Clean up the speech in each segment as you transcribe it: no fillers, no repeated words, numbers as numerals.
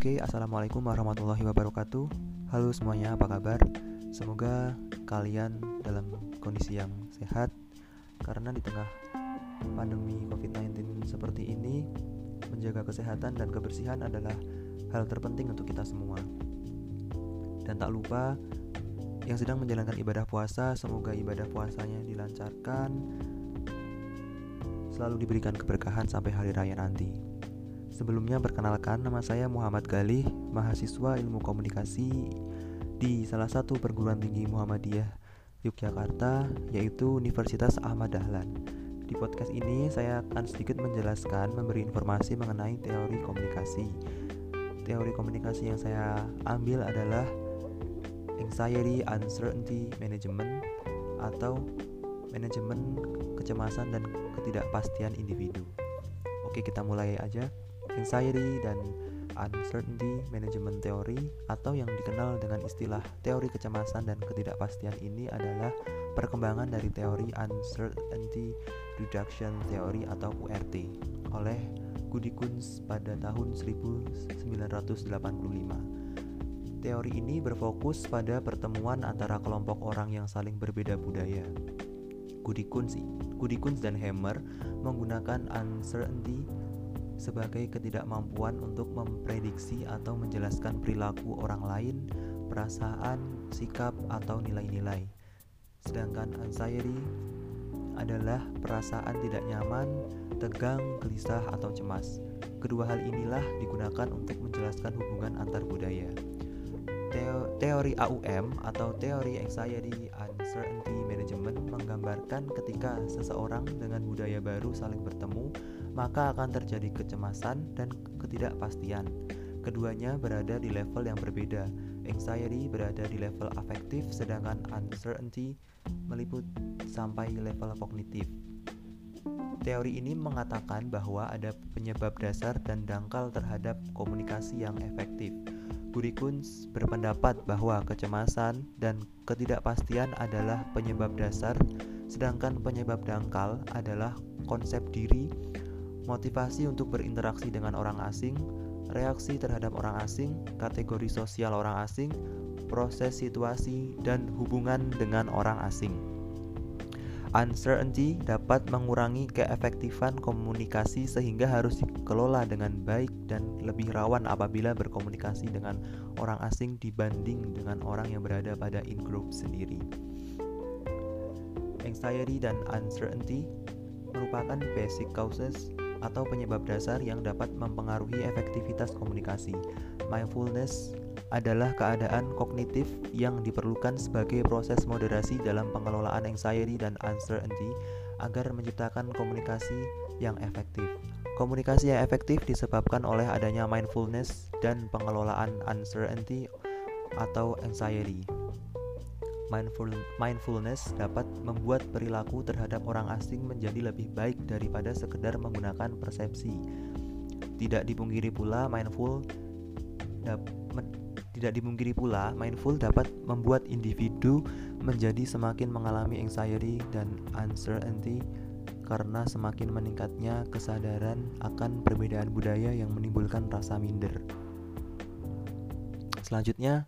Assalamualaikum warahmatullahi wabarakatuh. Halo semuanya, apa kabar? Semoga kalian dalam kondisi yang sehat. Karena di tengah pandemi COVID-19 seperti ini, menjaga kesehatan dan kebersihan adalah hal terpenting untuk kita semua. Dan tak lupa, yang sedang menjalankan ibadah puasa, semoga ibadah puasanya dilancarkan, selalu diberikan keberkahan sampai hari raya nanti. Sebelumnya perkenalkan, nama saya Muhammad Galih, mahasiswa ilmu komunikasi di salah satu perguruan tinggi Muhammadiyah Yogyakarta, yaitu Universitas Ahmad Dahlan. Di podcast ini saya akan sedikit menjelaskan, memberi informasi mengenai teori komunikasi. Teori komunikasi yang saya ambil adalah Anxiety Uncertainty Management atau manajemen kecemasan dan ketidakpastian individu. Oke, kita mulai aja. Anxiety dan Uncertainty Management Theory atau yang dikenal dengan istilah teori kecemasan dan ketidakpastian ini adalah perkembangan dari teori Uncertainty Reduction Theory atau URT oleh Gudikun pada tahun 1985. Teori ini berfokus pada pertemuan antara kelompok orang yang saling berbeda budaya. Gudikun dan Hammer menggunakan uncertainty sebagai ketidakmampuan untuk memprediksi atau menjelaskan perilaku orang lain, perasaan, sikap, atau nilai-nilai. Sedangkan anxiety adalah perasaan tidak nyaman, tegang, gelisah, atau cemas. Kedua hal inilah digunakan untuk menjelaskan hubungan antar budaya. Teori AUM atau teori Anxiety Uncertainty Management menggambarkan ketika seseorang dengan budaya baru saling bertemu, maka akan terjadi kecemasan dan ketidakpastian. Keduanya berada di level yang berbeda. Anxiety berada di level afektif, sedangkan uncertainty meliput sampai level kognitif. Teori ini mengatakan bahwa ada penyebab dasar dan dangkal terhadap komunikasi yang efektif. Gudikun berpendapat bahwa kecemasan dan ketidakpastian adalah penyebab dasar, sedangkan penyebab dangkal adalah konsep diri, motivasi untuk berinteraksi dengan orang asing, reaksi terhadap orang asing, kategori sosial orang asing, proses situasi, dan hubungan dengan orang asing. Uncertainty dapat mengurangi keefektifan komunikasi sehingga harus dikelola dengan baik dan lebih rawan apabila berkomunikasi dengan orang asing dibanding dengan orang yang berada pada in-group sendiri. Anxiety dan uncertainty merupakan basic causes atau penyebab dasar yang dapat mempengaruhi efektivitas komunikasi. Mindfulness adalah keadaan kognitif yang diperlukan sebagai proses moderasi dalam pengelolaan anxiety dan uncertainty agar menciptakan komunikasi yang efektif. Komunikasi yang efektif disebabkan oleh adanya mindfulness dan pengelolaan uncertainty atau anxiety. Mindfulness dapat membuat perilaku terhadap orang asing menjadi lebih baik daripada sekedar menggunakan persepsi. Tidak dipungkiri pula, mindful dapat membuat individu menjadi semakin mengalami anxiety dan uncertainty karena semakin meningkatnya kesadaran akan perbedaan budaya yang menimbulkan rasa minder. Selanjutnya,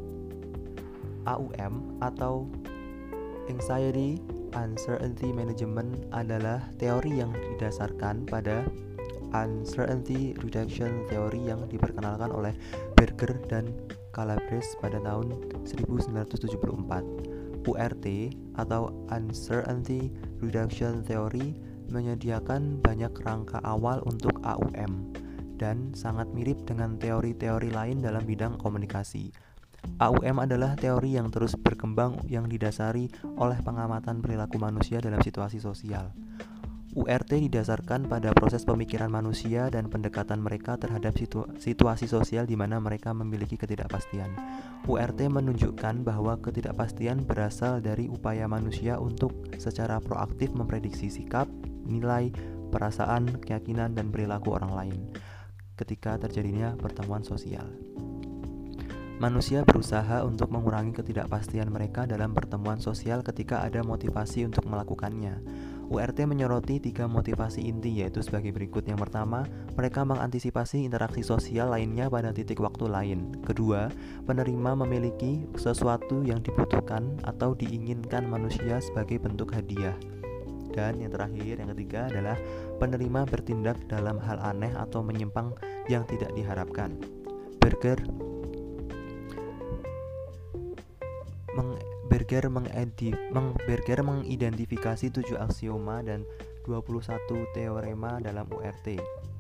AUM atau Anxiety Uncertainty Management adalah teori yang didasarkan pada Uncertainty Reduction Theory yang diperkenalkan oleh Berger dan Calabrese pada tahun 1974. URT atau Uncertainty Reduction Theory menyediakan banyak rangka awal untuk AUM dan sangat mirip dengan teori-teori lain dalam bidang komunikasi. AUM adalah teori yang terus berkembang yang didasari oleh pengamatan perilaku manusia dalam situasi sosial. URT didasarkan pada proses pemikiran manusia dan pendekatan mereka terhadap situasi sosial di mana mereka memiliki ketidakpastian. URT menunjukkan bahwa ketidakpastian berasal dari upaya manusia untuk secara proaktif memprediksi sikap, nilai, perasaan, keyakinan, dan perilaku orang lain ketika terjadinya pertemuan sosial. Manusia berusaha untuk mengurangi ketidakpastian mereka dalam pertemuan sosial ketika ada motivasi untuk melakukannya. URT menyoroti 3 motivasi inti, yaitu sebagai berikut. Yang pertama, mereka mengantisipasi interaksi sosial lainnya pada titik waktu lain. Kedua, penerima memiliki sesuatu yang dibutuhkan atau diinginkan manusia sebagai bentuk hadiah. Dan yang terakhir, yang ketiga adalah penerima bertindak dalam hal aneh atau menyimpang yang tidak diharapkan. Berger mengidentifikasi 7 aksioma dan 21 teorema dalam URT.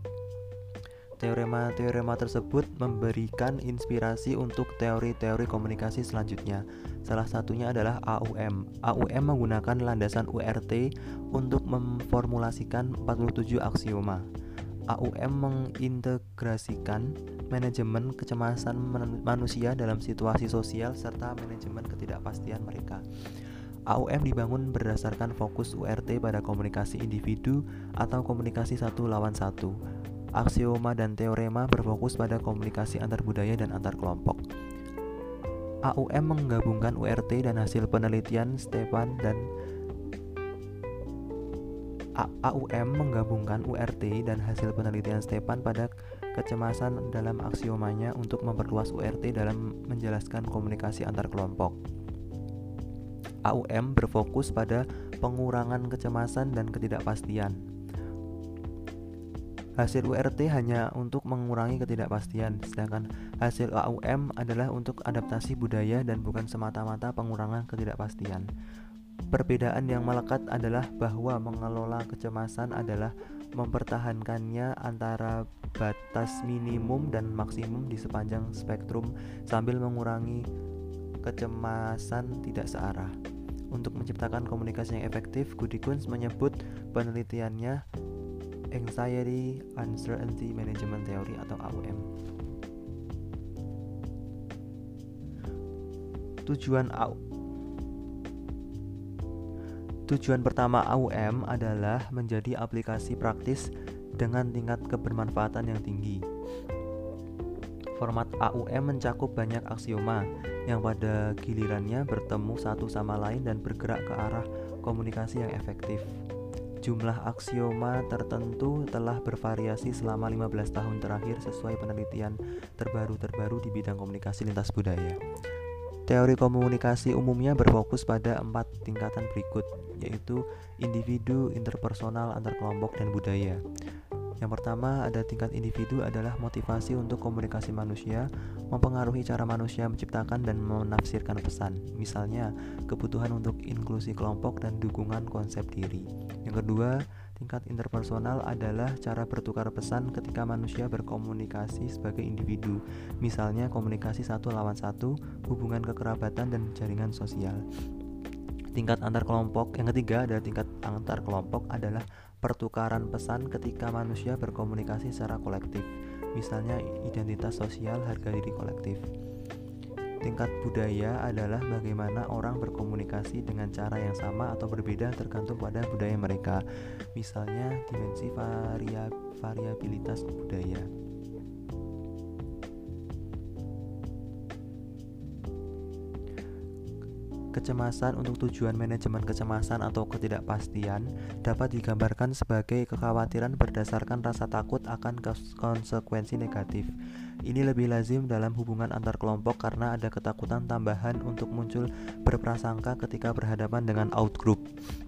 Teorema tersebut memberikan inspirasi untuk teori-teori komunikasi selanjutnya. Salah satunya adalah AUM. AUM menggunakan landasan URT untuk memformulasikan 47 aksioma. AUM mengintegrasikan manajemen kecemasan manusia dalam situasi sosial serta manajemen ketidakpastian mereka. AUM dibangun berdasarkan fokus URT pada komunikasi individu atau komunikasi satu lawan satu. Aksioma dan teorema berfokus pada komunikasi antar budaya dan antar kelompok. AUM menggabungkan URT dan hasil penelitian Stepan dan pada kecemasan dalam aksiomanya untuk memperluas URT dalam menjelaskan komunikasi antar kelompok. AUM berfokus pada pengurangan kecemasan dan ketidakpastian. Hasil URT hanya untuk mengurangi ketidakpastian, sedangkan hasil AUM adalah untuk adaptasi budaya dan bukan semata-mata pengurangan ketidakpastian. Perbedaan yang melekat adalah bahwa mengelola kecemasan adalah mempertahankannya antara batas minimum dan maksimum di sepanjang spektrum sambil mengurangi kecemasan tidak searah. Untuk menciptakan komunikasi yang efektif, Goodikun menyebut penelitiannya Anxiety Uncertainty Management Theory atau AUM. Tujuan pertama AUM adalah menjadi aplikasi praktis dengan tingkat kebermanfaatan yang tinggi. Format AUM mencakup banyak aksioma yang pada gilirannya bertemu satu sama lain dan bergerak ke arah komunikasi yang efektif. Jumlah aksioma tertentu telah bervariasi selama 15 tahun terakhir sesuai penelitian terbaru di bidang komunikasi lintas budaya. Teori komunikasi umumnya berfokus pada 4 tingkatan berikut, yaitu individu, interpersonal, antar kelompok, dan budaya. Yang pertama, ada tingkat individu adalah motivasi untuk komunikasi manusia, mempengaruhi cara manusia menciptakan dan menafsirkan pesan. Misalnya, kebutuhan untuk inklusi kelompok dan dukungan konsep diri. Yang kedua, tingkat interpersonal adalah cara bertukar pesan ketika manusia berkomunikasi sebagai individu. Misalnya, komunikasi satu lawan satu, hubungan kekerabatan, dan jaringan sosial. Tingkat antar kelompok, yang ketiga adalah tingkat antar kelompok adalah pertukaran pesan ketika manusia berkomunikasi secara kolektif, misalnya identitas sosial, harga diri kolektif. Tingkat budaya adalah bagaimana orang berkomunikasi dengan cara yang sama atau berbeda tergantung pada budaya mereka, misalnya dimensi variabilitas budaya. Kecemasan untuk tujuan manajemen kecemasan atau ketidakpastian dapat digambarkan sebagai kekhawatiran berdasarkan rasa takut akan konsekuensi negatif. Ini lebih lazim dalam hubungan antar kelompok karena ada ketakutan tambahan untuk muncul berprasangka ketika berhadapan dengan outgroup.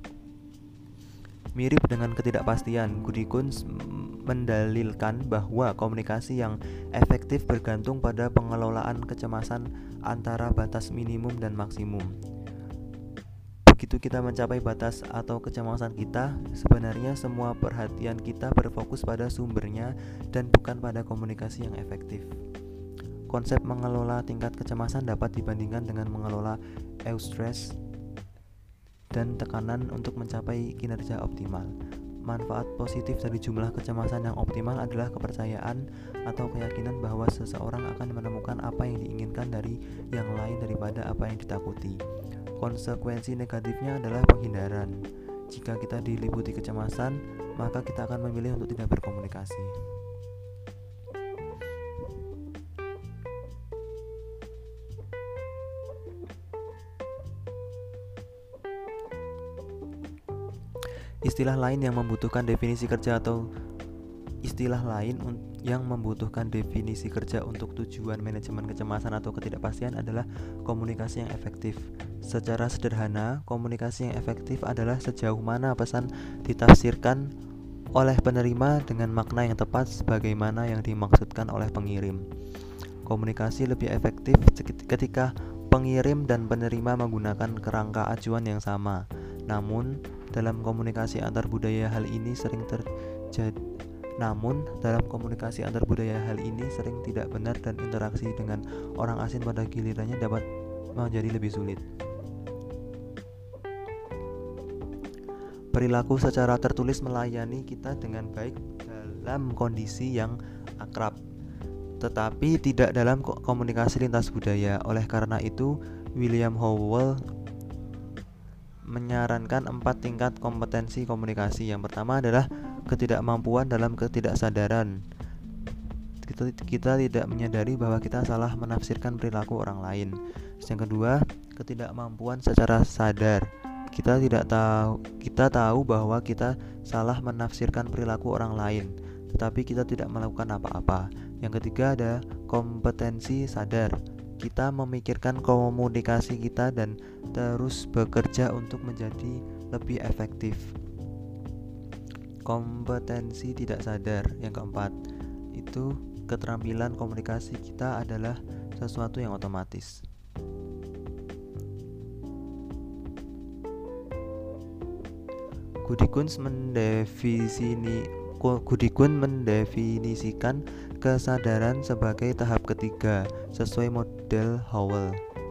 Mirip dengan ketidakpastian, Goodikun mendalilkan bahwa komunikasi yang efektif bergantung pada pengelolaan kecemasan antara batas minimum dan maksimum. Begitu kita mencapai batas atau kecemasan kita, sebenarnya semua perhatian kita berfokus pada sumbernya dan bukan pada komunikasi yang efektif. Konsep mengelola tingkat kecemasan dapat dibandingkan dengan mengelola eustress dan tekanan untuk mencapai kinerja optimal. Manfaat positif dari jumlah kecemasan yang optimal adalah kepercayaan atau keyakinan bahwa seseorang akan menemukan apa yang diinginkan dari yang lain daripada apa yang ditakuti. Konsekuensi negatifnya adalah penghindaran. Jika kita diliputi kecemasan, maka kita akan memilih untuk tidak berkomunikasi. Istilah lain yang membutuhkan definisi kerja untuk tujuan manajemen kecemasan atau ketidakpastian adalah komunikasi yang efektif. Secara sederhana, komunikasi yang efektif adalah sejauh mana pesan ditafsirkan oleh penerima dengan makna yang tepat sebagaimana yang dimaksudkan oleh pengirim. Komunikasi lebih efektif ketika pengirim dan penerima menggunakan kerangka acuan yang sama. Namun, dalam komunikasi antar budaya hal ini sering tidak benar dan interaksi dengan orang asing pada gilirannya dapat menjadi lebih sulit. Perilaku secara tertulis melayani kita dengan baik dalam kondisi yang akrab, tetapi tidak dalam komunikasi lintas budaya. Oleh karena itu, William Howell menyarankan 4 tingkat kompetensi komunikasi. Yang pertama adalah ketidakmampuan dalam ketidaksadaran. Kita tidak menyadari bahwa kita salah menafsirkan perilaku orang lain. Yang kedua, ketidakmampuan secara sadar. Kita tahu bahwa kita salah menafsirkan perilaku orang lain, tetapi kita tidak melakukan apa-apa. Yang ketiga ada kompetensi sadar. Kita memikirkan komunikasi kita dan terus bekerja untuk menjadi lebih efektif. Kompetensi tidak sadar. Yang keempat, itu keterampilan komunikasi kita adalah sesuatu yang otomatis. Gudikun mendefinisikan kesadaran sebagai tahap ketiga sesuai model Howell.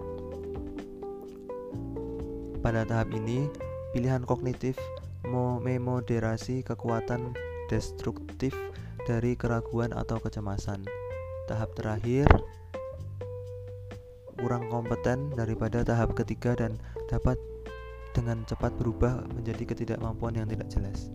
Pada tahap ini, pilihan kognitif memoderasi kekuatan destruktif dari keraguan atau kecemasan. Tahap terakhir kurang kompeten daripada tahap ketiga dan dapat dengan cepat berubah menjadi ketidakmampuan yang tidak jelas.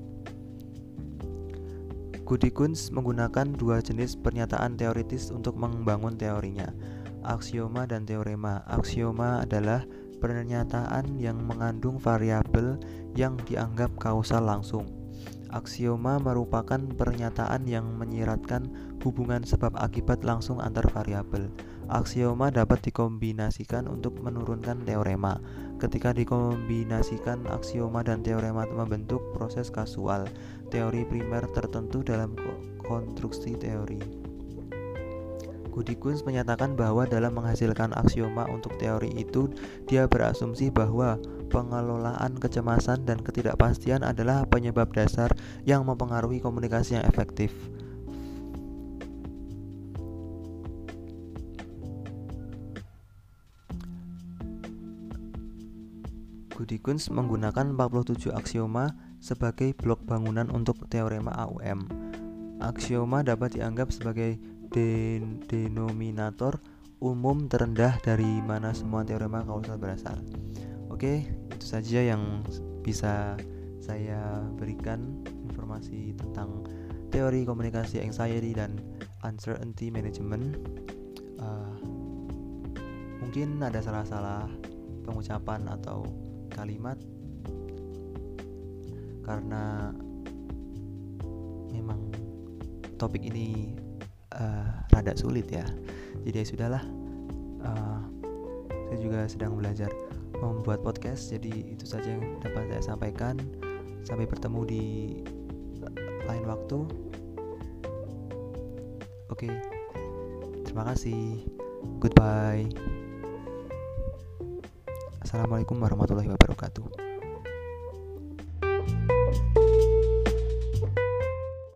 Gudikun menggunakan 2 jenis pernyataan teoritis untuk membangun teorinya, aksioma dan teorema. Aksioma adalah pernyataan yang mengandung variabel yang dianggap kausal langsung. Aksioma merupakan pernyataan yang menyiratkan hubungan sebab akibat langsung antar variabel. Aksioma dapat dikombinasikan untuk menurunkan teorema. Ketika dikombinasikan, aksioma dan teorema membentuk proses kasual, teori primer tertentu dalam konstruksi teori. Gudikun menyatakan bahwa dalam menghasilkan aksioma untuk teori itu, dia berasumsi bahwa pengelolaan kecemasan dan ketidakpastian adalah penyebab dasar yang mempengaruhi komunikasi yang efektif. Gudikun menggunakan 47 aksioma sebagai blok bangunan untuk teorema AUM. Aksioma dapat dianggap sebagai denominator umum terendah dari mana semua teorema kausal berasal. Oke, itu saja yang bisa saya berikan informasi tentang teori komunikasi anxiety dan uncertainty management. Mungkin ada salah-salah pengucapan atau kalimat karena memang topik ini rada sulit ya. Jadi ya sudahlah, saya juga sedang belajar membuat podcast, jadi itu saja yang dapat saya sampaikan. Sampai bertemu di lain waktu. Oke, terima kasih. Goodbye. Assalamualaikum warahmatullahi wabarakatuh.